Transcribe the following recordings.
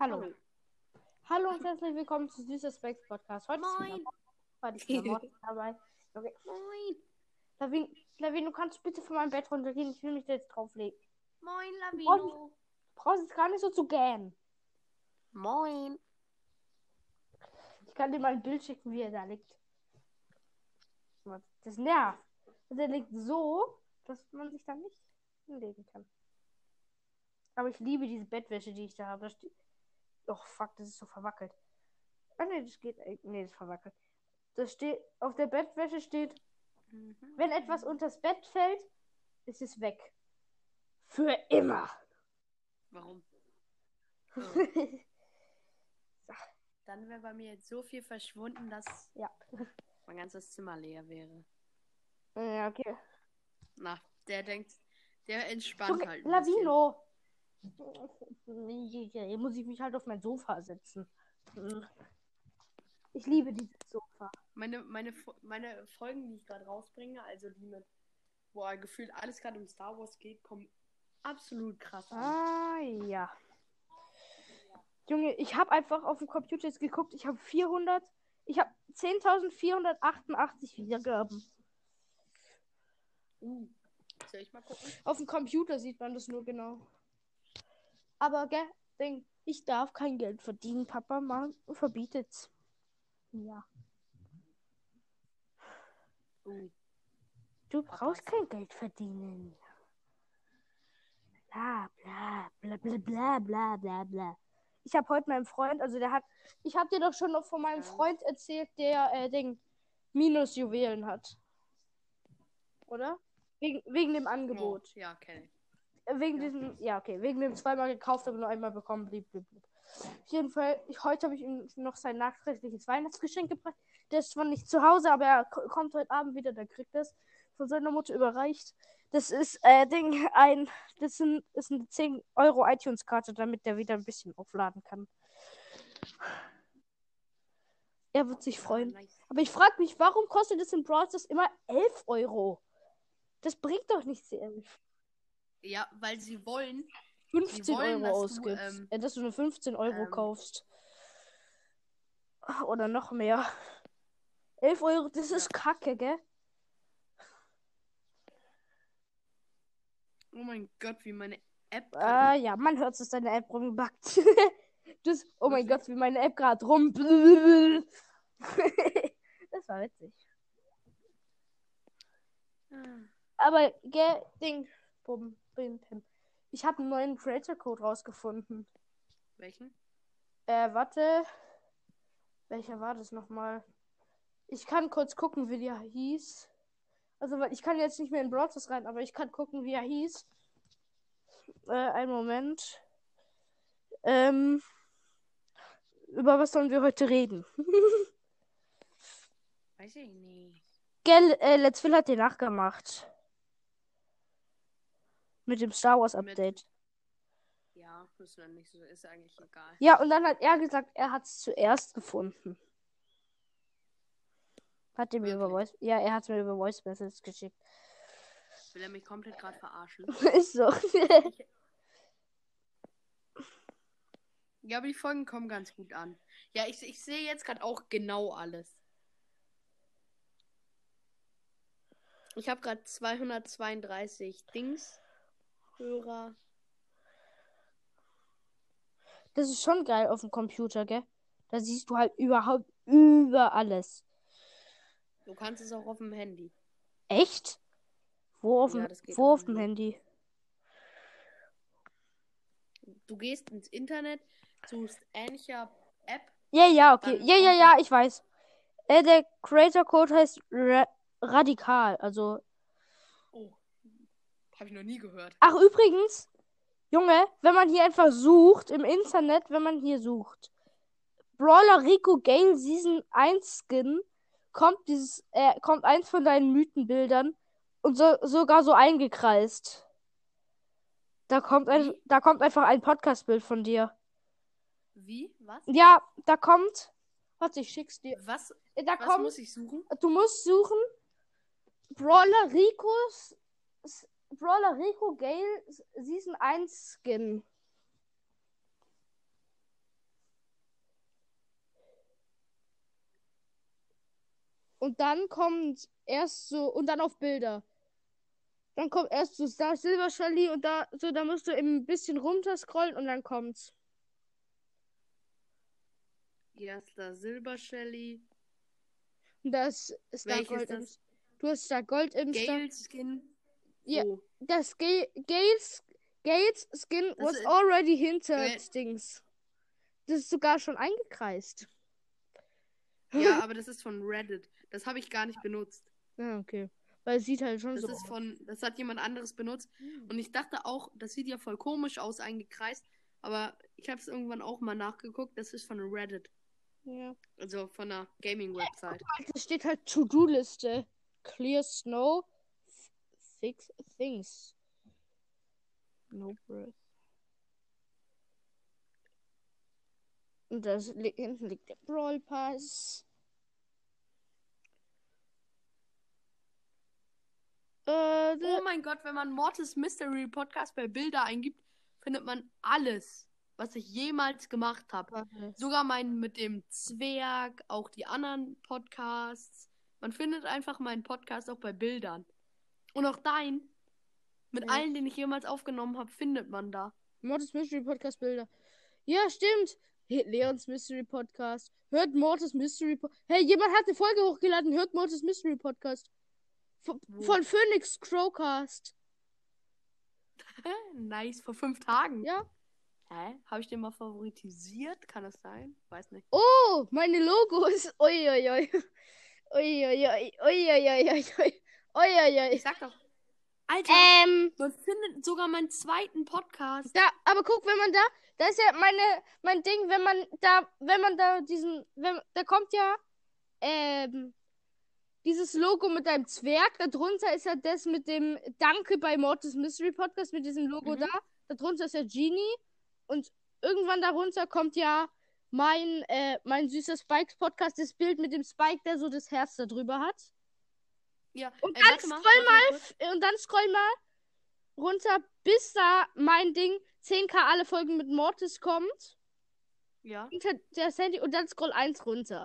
Hallo. Hallo. Hallo und herzlich willkommen zu Süßer Specs Podcast. Heute Moin. war die Klamotten dabei. Okay. Moin. Lavin, du kannst bitte von meinem Bett runtergehen. Ich will mich da jetzt drauflegen. Moin, Du Lavino. brauchst jetzt gar nicht so zu gähnen. Moin. Ich kann dir mal ein Bild schicken, wie er da liegt. Das nervt. Also er liegt so, dass man sich da nicht hinlegen kann. Aber ich liebe diese Bettwäsche, die ich da habe. Oh, fuck, das ist so verwackelt. Ah, nee, das geht. Nee, das ist verwackelt. Das steht, auf der Bettwäsche steht, wenn etwas unters Bett fällt, ist es weg. Für immer. Warum? Dann wäre bei mir jetzt so viel verschwunden, dass Ja. mein ganzes Zimmer leer wäre. Ja, okay. Na, der entspannt Junge, halt ein Lavino. Hier muss ich mich halt auf mein Sofa setzen. Ich liebe dieses Sofa. Meine Folgen, die ich gerade rausbringe, also die mit, wo gefühlt alles gerade um Star Wars geht, kommen absolut krass an. Ah, ja. Junge, ich habe einfach auf dem Computer jetzt geguckt. Ich habe 10.488 Wiedergaben. Soll ich mal gucken? Auf dem Computer sieht man das nur genau. Aber, gell, ich darf kein Geld verdienen. Papa verbietet's. Ja. Du brauchst kein Geld verdienen. Bla, bla, bla, bla, bla, bla, bla, bla. Ich habe heute meinem Freund, ich habe dir doch schon noch von meinem Freund erzählt, der, Minusjuwelen hat. Oder? Wegen dem Angebot. Oh, ja, kenne ich. Wegen dem zweimal gekauft, aber nur einmal bekommen, blieb. Auf jeden Fall, heute habe ich ihm noch sein nachträgliches Weihnachtsgeschenk gebracht. Der ist zwar nicht zu Hause, aber er kommt heute Abend wieder, der kriegt das von seiner Mutter überreicht. Das ist, ist eine 10 Euro iTunes-Karte, damit der wieder ein bisschen aufladen kann. Er wird sich freuen. Nice. Aber ich frage mich, warum kostet es in Brawl Stars immer 11 Euro? Das bringt doch nichts, 11. Ja, weil sie wollen 15 wollen, Euro dass ausgibst. Dass du nur 15 Euro kaufst. Oder noch mehr. 11 Euro, das ist Kacke, gell? Oh mein Gott, wie meine App Ja, man hört, dass deine App rumbackt. Oh mein Wirklich? Gott, wie meine App gerade rum. Das war witzig. Aber, gell, ich habe einen neuen Creator-Code rausgefunden. Welchen? Warte. Welcher war das nochmal? Ich kann kurz gucken, wie der hieß. Also, weil ich kann jetzt nicht mehr in Brawl Stars rein, aber ich kann gucken, wie er hieß. Einen Moment. Über was sollen wir heute reden? Weiß ich nicht. Gell, Let's Phil hat den nachgemacht. Mit dem Star Wars Update. Ja, ist dann nicht so, ist eigentlich egal. Ja, und dann hat er gesagt, er hat es zuerst gefunden. Hat er mir über Voice. Ja, er hat mir über Voice Messages geschickt. Will er mich komplett gerade verarschen? Ist so. Ja, aber die Folgen kommen ganz gut an. Ja, ich sehe jetzt gerade auch genau alles. Ich habe gerade 232 Hörer. Das ist schon geil auf dem Computer, gell? Da siehst du halt überhaupt über alles. Du kannst es auch auf dem Handy. Echt? Wo auf dem Handy? Du gehst ins Internet, suchst ähnlicher App. Ja, okay. Ja, ich weiß. Der Creator Code heißt Radikal, also. Oh, habe ich noch nie gehört. Ach, übrigens, Junge, wenn man hier einfach sucht, im Internet, wenn man hier sucht, Brawler Rico Gale Season 1 Skin, kommt eins von deinen Mythenbildern und sogar so eingekreist. Da kommt einfach ein Podcast-Bild von dir. Wie? Was? Ja, da kommt. Warte, ich schick's dir. Was muss ich suchen? Du musst suchen Brawler Rico Gale Season 1 Skin. und dann kommt erst so, und dann auf Bilder. Dann kommt erst so Star Silver Shelly und da musst du eben ein bisschen runter scrollen und dann kommt's. Erster Silber Shelly. Und da ist Star Welches Gold das? Du hast Star Gold im Star. Gale Skin. Ja, Oh. das Gales Skin Das was ist- already hinter Gale- Dings. Das ist sogar schon eingekreist. Ja, aber das ist von Reddit. Das habe ich gar nicht benutzt. Ja, okay. Weil es sieht halt schon Das so ist aus. das hat jemand anderes benutzt. Und ich dachte auch, das sieht ja voll komisch aus, eingekreist. Aber ich habe es irgendwann auch mal nachgeguckt. Das ist von Reddit. Ja. Also von einer Gaming-Website. Das steht halt To-Do-Liste. Clear Snow. Fix Things. No breath. Und hinten liegt der Brawl Pass. Oh mein Gott, wenn man Mortis Mystery Podcast bei Bilder eingibt, findet man alles, was ich jemals gemacht habe. Sogar meinen mit dem Zwerg, auch die anderen Podcasts. Man findet einfach meinen Podcast auch bei Bildern. Und auch dein. Mit allen, den ich jemals aufgenommen habe, findet man da. Mortis Mystery Podcast Bilder. Ja, stimmt. Leons Mystery Podcast. Hört Mortis Mystery Podcast. Hey, jemand hat eine Folge hochgeladen. Hört Mortis Mystery Podcast. Von Phoenix Crowcast. Nice, vor 5 Tagen. Ja. Hä? Habe ich den mal favoritisiert? Kann das sein? Weiß nicht. Oh, meine Logos. Uiuiui. Uiuiui. Uiuiui. Uiuiui. Ich sag doch. Alter, man findet sogar meinen zweiten Podcast. Da, aber guck, wenn man da ist ja mein Ding, wenn man da da kommt ja, dieses Logo mit deinem Zwerg, darunter ist ja das mit dem Danke bei Mortis Mystery Podcast, mit diesem Logo da. Darunter ist ja Genie. Und irgendwann darunter kommt ja mein süßer Spikes Podcast, das Bild mit dem Spike, der so das Herz da drüber hat. Ja, und dann scroll mal runter, bis da mein Ding 10k alle Folgen mit Mortis kommt. Ja. Hinter der Sandy und dann scroll 1 runter.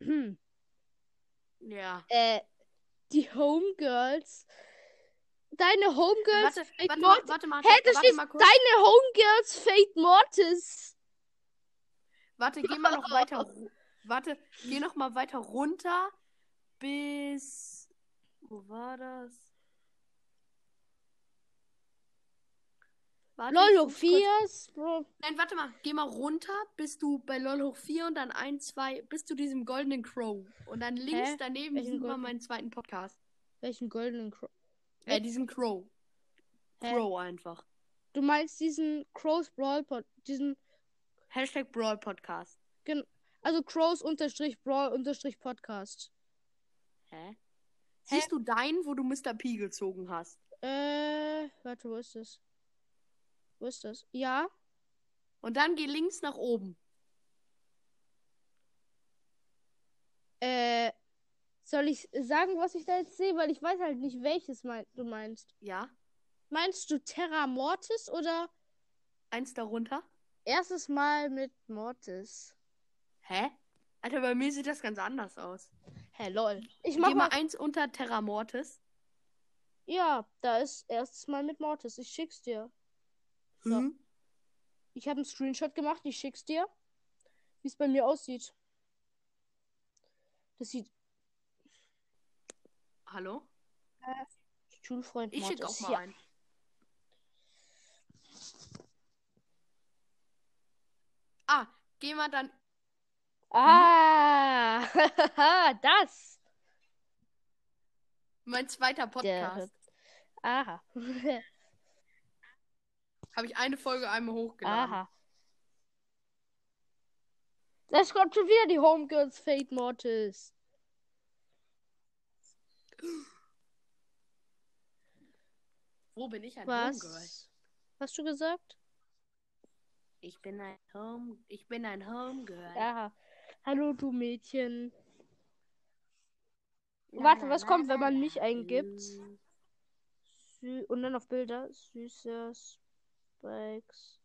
Ja. Die Homegirls. Deine Homegirls. Warte mal. Hä, das steht deine Homegirls Fate Mortis. Warte, geh mal noch weiter. Warte, geh noch mal weiter runter bis. Wo war das? LOL hoch 4. Nein, warte mal. Geh mal runter, bis du bei LOL hoch 4 und dann 1, 2, bis zu diesem goldenen Crow. Und dann links daneben sieht man meinen zweiten Podcast. Welchen goldenen Crow? Diesen Crow. Crow einfach. Du meinst diesen Crows Brawl diesen Hashtag Brawl Podcast. Also Crows Brawl Podcast. Hä? Siehst du deinen, wo du Mr. P gezogen hast? Warte, wo ist das? Wo ist das? Ja. Und dann geh links nach oben. Soll ich sagen, was ich da jetzt sehe? Weil ich weiß halt nicht, welches du meinst. Ja. Meinst du Terra Mortis oder? Eins darunter? Erstes Mal mit Mortis. Hä? Alter, bei mir sieht das ganz anders aus. Hä, lol. Ich mach mal eins unter Terra Mortis. Ja, da ist erstes Mal mit Mortis. Ich schick's dir. So. Ich habe einen Screenshot gemacht. Ich schick's dir. Wie es bei mir aussieht. Das sieht. Hallo? Schulfreund Ich Mortis. Schick auch mal ein. Geh mal dann. Das. Mein zweiter Podcast. Aha. Habe ich eine Folge einmal hochgeladen. Aha. Das kommt schon wieder die Homegirls Fate Mortis. Wo bin ich ein Homegirl? Hast du gesagt? Ich bin ein Homegirl. Ja. Hallo, du Mädchen. Warte, was kommt, wenn man mich eingibt? Und dann auf Bilder. Süßer Spikes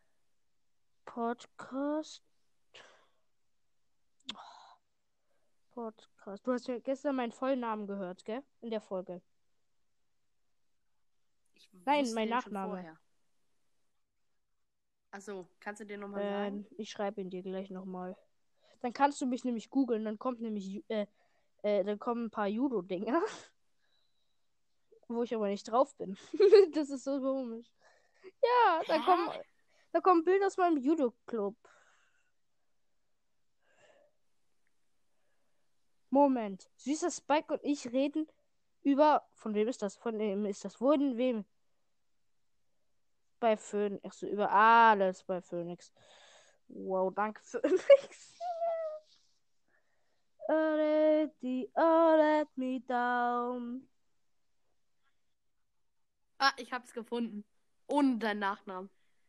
Podcast. Podcast. Du hast ja gestern meinen vollen Namen gehört, gell? In der Folge. Nein, mein Nachname. Achso, kannst du dir nochmal sagen? Ich schreibe ihn dir gleich nochmal. Dann kannst du mich nämlich googeln. Dann kommt nämlich, dann kommen ein paar Judo-Dinger, wo ich aber nicht drauf bin. Das ist so komisch. Ja, da kommen Bilder aus meinem Judo-Club. Moment. Süßer Spike und ich reden über. Von wem ist das? Von wem ist das? Wurden wem? Bei Phoenix. Achso, über alles bei Phoenix. Wow, danke Phoenix. Let me down. Ah, ich hab's gefunden. Ohne deinen Nachnamen.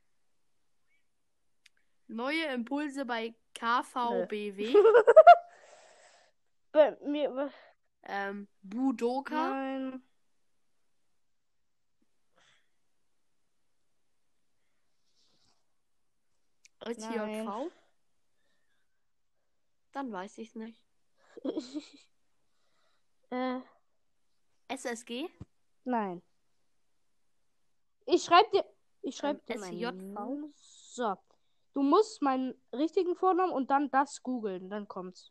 Neue Impulse bei KVBW. Bei mir. Budoka. Nein. SJV. Nein. Dann weiß ich's nicht. SSG? Nein. Ich schreib dir SJV. So. Du musst meinen richtigen Vornamen und dann das googeln. Dann kommt's.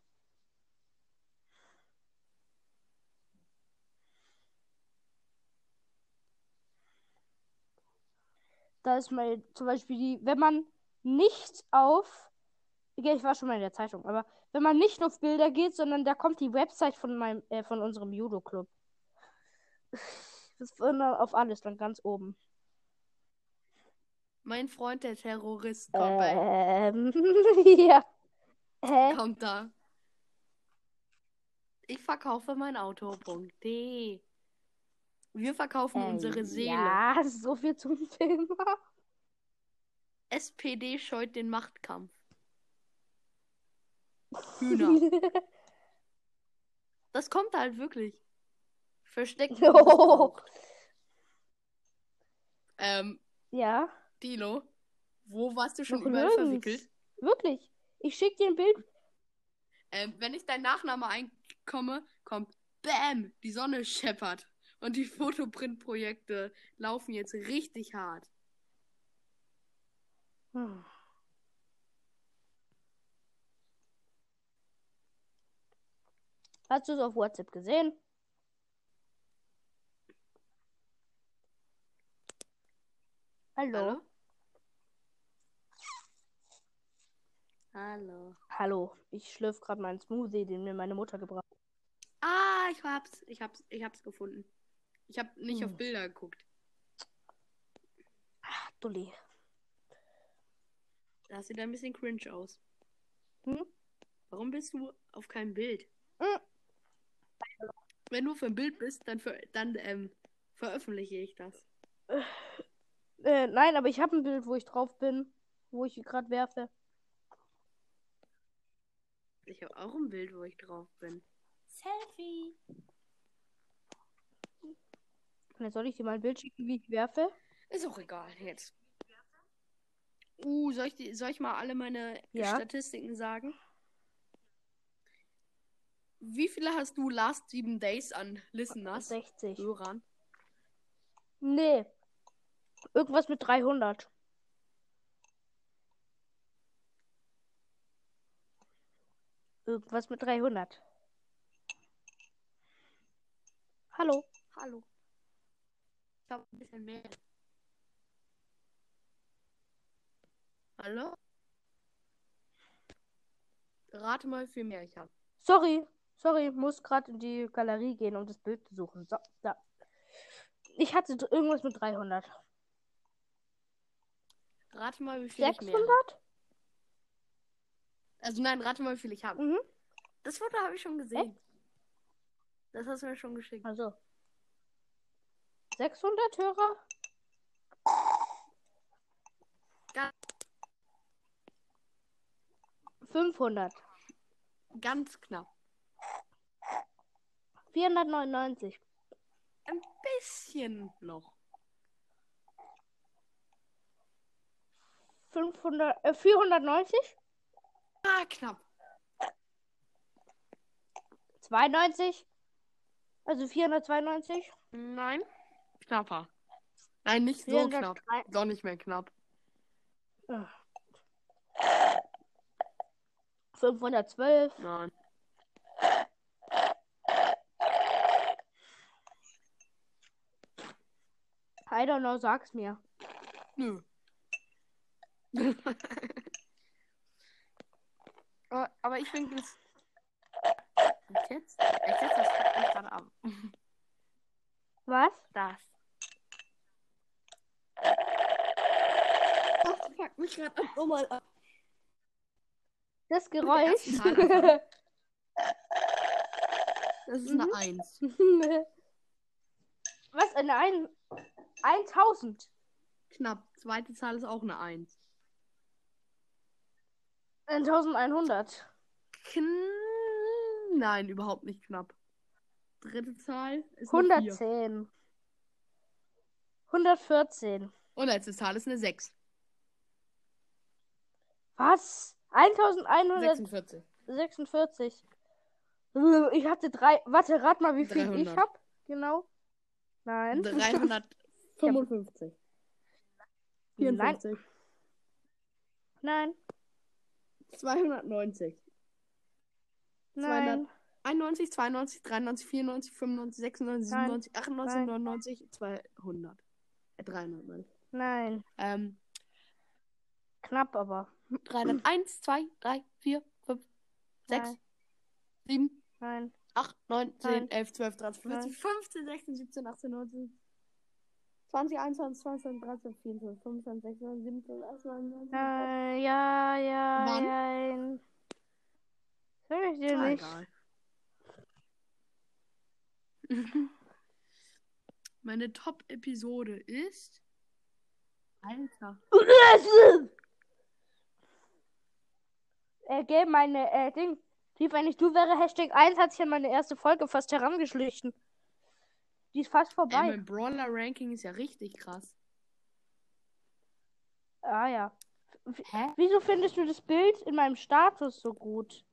Da ist mal zum Beispiel wenn man nicht auf. Ja, ich war schon mal in der Zeitung, aber wenn man nicht auf Bilder geht, sondern da kommt die Website von unserem Judo-Club. Das ist auf alles dann ganz oben. Mein Freund, der Terrorist, kommt ja. Kommt da. Ich verkaufe mein Auto.de. Wir verkaufen unsere Seele. Ja, so viel zum Thema. SPD scheut den Machtkampf. Hühner. Das kommt halt wirklich. Versteckt. Oh. Ja. Dilo, wo warst du schon Noch überall verwickelt? Wirklich. Ich schicke dir ein Bild. Wenn ich deinen Nachnamen einkomme, kommt BAM, die Sonne scheppert. Und die Fotoprintprojekte laufen jetzt richtig hart. Hast du es auf WhatsApp gesehen? Hallo? Hallo. Hallo. Ich schlürfe gerade meinen Smoothie, den mir meine Mutter gebracht hat. Ah, ich hab's gefunden. Ich hab nicht auf Bilder geguckt. Ach, Dulli. Das sieht ein bisschen cringe aus. Hm? Warum bist du auf keinem Bild? Hm. Wenn du auf einem Bild bist, dann veröffentliche ich das. Nein, aber ich habe ein Bild, wo ich drauf bin, wo ich gerade werfe. Ich habe auch ein Bild, wo ich drauf bin. Selfie. Jetzt soll ich dir mal ein Bild schicken, wie ich werfe? Ist auch egal jetzt. Soll ich mal alle meine Statistiken sagen? Wie viele hast du last 7 Days an Listeners? 60. Hörern? Nee. Irgendwas mit 300. Irgendwas mit 300. Hallo. Hallo. Ich habe ein bisschen mehr. Hallo? Rate mal, wie viel mehr ich habe. Sorry, muss gerade in die Galerie gehen, um das Bild zu suchen. So, da. Ich hatte irgendwas mit 300. Rate mal, wie viel 600? ich mehr habe. Also nein, rate mal, wie viel ich habe. Mhm. Das Foto habe ich schon gesehen. Das hast du mir schon geschickt. Also. 600 Hörer? Ja. 500. Ganz knapp. 499. Ein bisschen noch. 490? Ah, knapp. 92? Also 492? Nein. Knapper. Nein, nicht so 403. knapp. Doch nicht mehr knapp. 512? Nein. I don't know, sag's mir. Nö. aber ich finde das. Jetzt das fuckt mich gerade ab. Was? Das. Das fuckt mich gerade ab. Nochmal ab. Das Geräusch. Das ist eine 1. Was? Eine 1000? Knapp. Zweite Zahl ist auch eine 1. 1100. Nein, überhaupt nicht knapp. Dritte Zahl ist eine 4. 110. 114. Und letzte Zahl ist eine 6. Was? 1146. 46. Ich hatte 3. Warte, rat mal, wie viel 300. ich hab. Genau. Nein. 355. 54. Nein. 290. Nein. 91, 92, 93, 94, 95, 96, Nein. 97, 98, Nein. 99, 200. 300, meine ich. Nein. 301, Knapp aber. 2, 3, 4, 5, 6, Nein. 7, Nein. 8, 9, 10, Nein. 11, 12, 13, 14, 15, 16, 17, 18, 19, 20, 21, 22, 13, 14, 15, 16, 17, 18, 19. Ja. Wann? Ja. Sag ich dir nicht. Egal. Meine Top-Episode ist. Alter. Gell, meine, Ding. Wie wenn ich du wäre, Hashtag 1 hat sich an meine erste Folge fast herangeschlichen. Die ist fast vorbei. Mein Brawler-Ranking ist ja richtig krass. Ah ja. Hä? Wieso findest du das Bild in meinem Status so gut?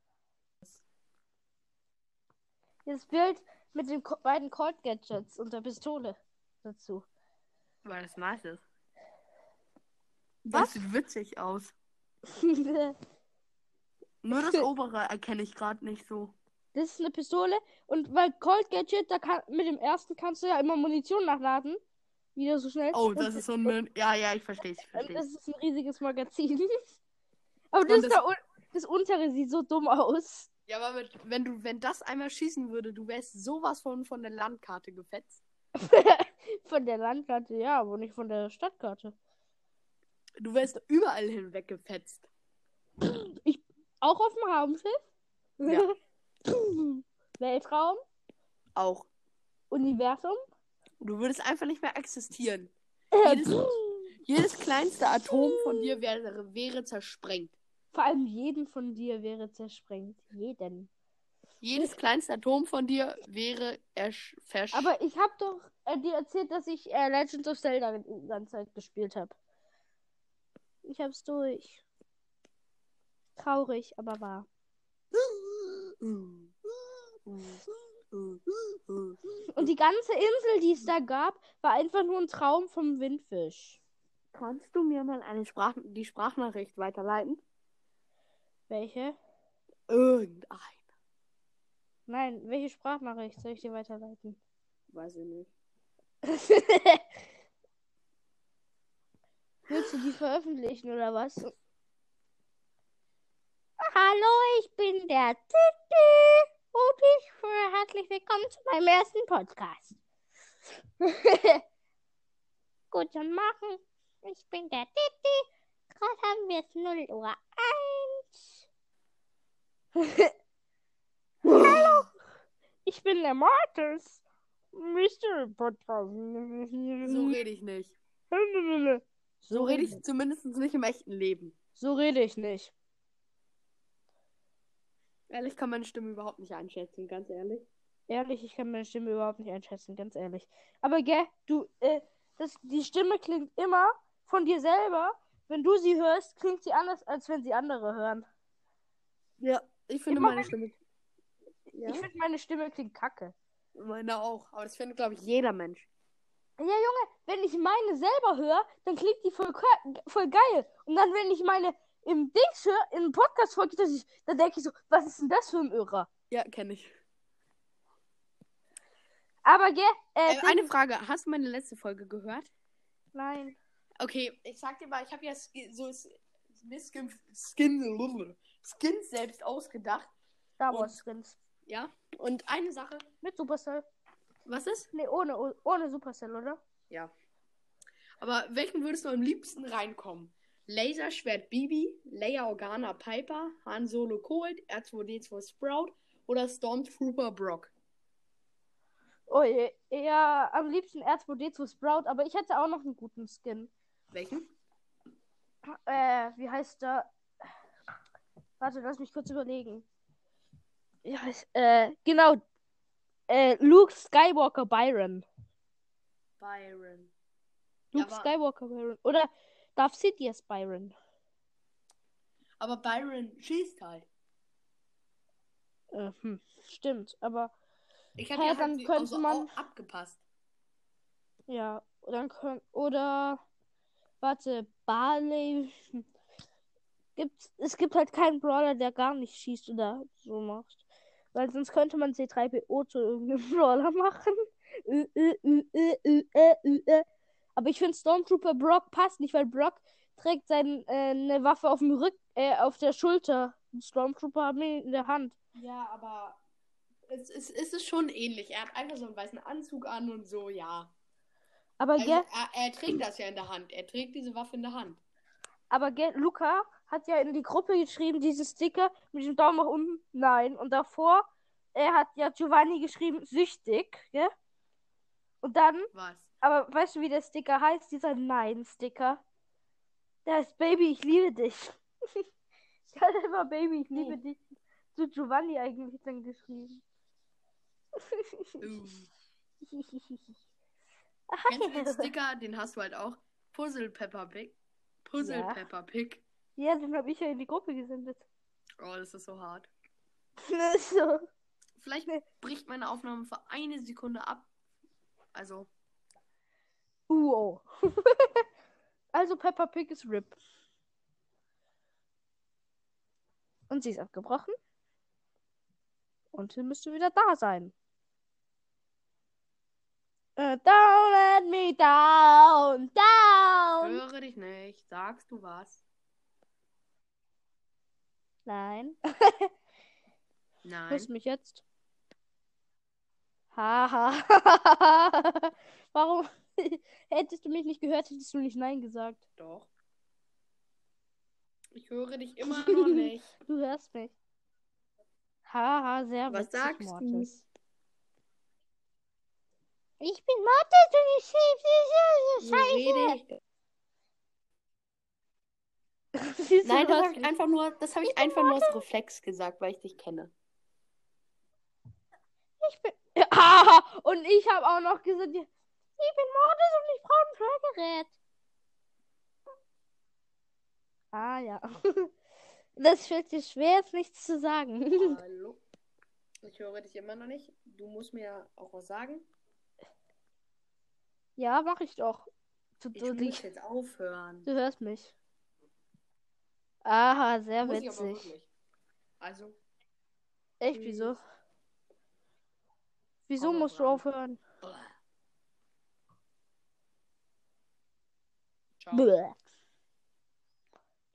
Das Bild mit den beiden Cold Gadgets und der Pistole dazu. Weil das nice ist. Was? Das sieht witzig aus. Nur das obere erkenne ich gerade nicht so. Das ist eine Pistole und weil Cold Gadget, mit dem ersten kannst du ja immer Munition nachladen. Wieder so schnell. Oh, das ist so ein... Ja, ich verstehe es. Das ist ein riesiges Magazin. Aber das untere sieht so dumm aus. Ja, aber wenn das einmal schießen würde, du wärst sowas von der Landkarte gefetzt. Von der Landkarte, ja, aber nicht von der Stadtkarte. Du wärst überall hinweg gefetzt. Auch auf dem Raumschiff? Ja. Weltraum? Auch. Universum? Du würdest einfach nicht mehr existieren. Jedes kleinste Atom von dir wäre zersprengt. Vor allem jeden von dir wäre zersprengt. Jeden. Jedes kleinste Atom von dir wäre Aber ich habe doch dir erzählt, dass ich Legend of Zelda die ganze Zeit gespielt habe. Ich hab's durch. Traurig, aber wahr. Und die ganze Insel, die es da gab, war einfach nur ein Traum vom Windfisch. Kannst du mir mal die Sprachnachricht weiterleiten? Welche? Irgendeine. Nein, welche Sprachnachricht soll ich dir weiterleiten? Weiß ich nicht. Willst du die veröffentlichen oder was? Hallo, ich bin der Titi und ich herzlich willkommen zu meinem ersten Podcast. Guten Morgen, ich bin der Titi. Gerade haben wir es 0:01 Uhr. Hallo, ich bin der Martis. Mystery Podcast. So rede ich nicht. So rede ich zumindest nicht im echten Leben. So rede ich nicht. Ehrlich, kann meine Stimme überhaupt nicht einschätzen, ganz ehrlich. Ehrlich, ich kann meine Stimme überhaupt nicht einschätzen, ganz ehrlich. Aber gell, die Stimme klingt immer von dir selber. Wenn du sie hörst, klingt sie anders, als wenn sie andere hören. Ja, ich finde Immer meine Stimme. Ja? Ich finde, meine Stimme klingt kacke. Meine auch. Aber das findet, glaube ich, jeder Mensch. Ja, Junge, wenn ich meine selber höre, dann klingt die voll geil. Und dann, wenn ich meine im Dings höre, im Podcast folge, dann denke ich so, was ist denn das für ein Irrer? Ja, kenne ich. Aber, Eine Frage. Hast du meine letzte Folge gehört? Nein. Okay, ich sag dir mal, ich habe ja Skins selbst ausgedacht. Star Wars Skins. Ja. Und eine Sache. Mit Supercell. Was ist? Nee, ohne Supercell, oder? Ja. Aber welchen würdest du am liebsten reinkommen? Laserschwert Bibi, Leia Organa Piper, Han Solo Colt, R2D2 Sprout oder Stormtrooper Brock? Oh, ja, am liebsten R2D2 Sprout, aber ich hätte auch noch einen guten Skin. Welchen? Wie heißt der? Warte, lass mich kurz überlegen. Ja, genau. Luke Skywalker Byron. Luke Skywalker Byron. Oder Darth Sidious Byron. Aber Byron schießt halt. Stimmt, aber ich habe ja dann könnte man abgepasst. Ja, oder warte, Barley. Es gibt halt keinen Brawler, der gar nicht schießt oder so macht. Weil sonst könnte man C3PO zu irgendeinem Brawler machen. Aber ich finde Stormtrooper Brock passt nicht, weil Brock trägt eine Waffe auf dem auf der Schulter. Stormtrooper haben ihn in der Hand. Ja, aber es ist schon ähnlich. Er hat einfach so einen weißen Anzug an und so, ja. Aber also, er trägt das ja in der Hand. Er trägt diese Waffe in der Hand. Aber Luca hat ja in die Gruppe geschrieben, diese Sticker mit dem Daumen nach unten. Nein. Und davor, er hat ja Giovanni geschrieben, süchtig, gell? Und dann. Was? Aber weißt du, wie der Sticker heißt? Dieser Nein-Sticker. Der heißt Baby, ich liebe dich. Ich hatte immer Baby, ich liebe dich. Zu Giovanni eigentlich dann geschrieben. Kennst du den Sticker? Den hast du halt auch. Puzzle Peppa Pig. Peppa Pig. Ja, den habe ich ja in die Gruppe gesendet. Oh, das ist so hart. So. Vielleicht bricht meine Aufnahme für eine Sekunde ab. Also. Oh. Also Peppa Pig ist RIP. Und sie ist abgebrochen. Und sie müsste wieder da sein. Don't let me down. Down. Ich höre dich nicht. Sagst du was? Nein. Nein. Hörst du mich jetzt? Haha. Warum? Hättest du mich nicht gehört, hättest du nicht Nein gesagt. Doch. Ich höre dich immer noch nicht. Du hörst mich. Haha, sehr Was witzig, sagst Mortis. Du? Ich bin Mortis und ich Scheiße. Nein, das habe ich einfach nur aus Reflex gesagt, weil ich dich kenne. Ich bin. Haha, und ich habe auch noch gesagt, ich bin Mortis und ich brauche ein Hörgerät. Ah ja. Das fällt dir schwer, jetzt nichts zu sagen. Hallo. Ich höre dich immer noch nicht. Du musst mir auch was sagen. Ja, mach ich doch. Ich muss jetzt aufhören. Du hörst mich. Aha, sehr muss witzig. Ich aber wirklich. Also. Echt, wieso? Wieso musst du aufhören? Ciao. Bäh.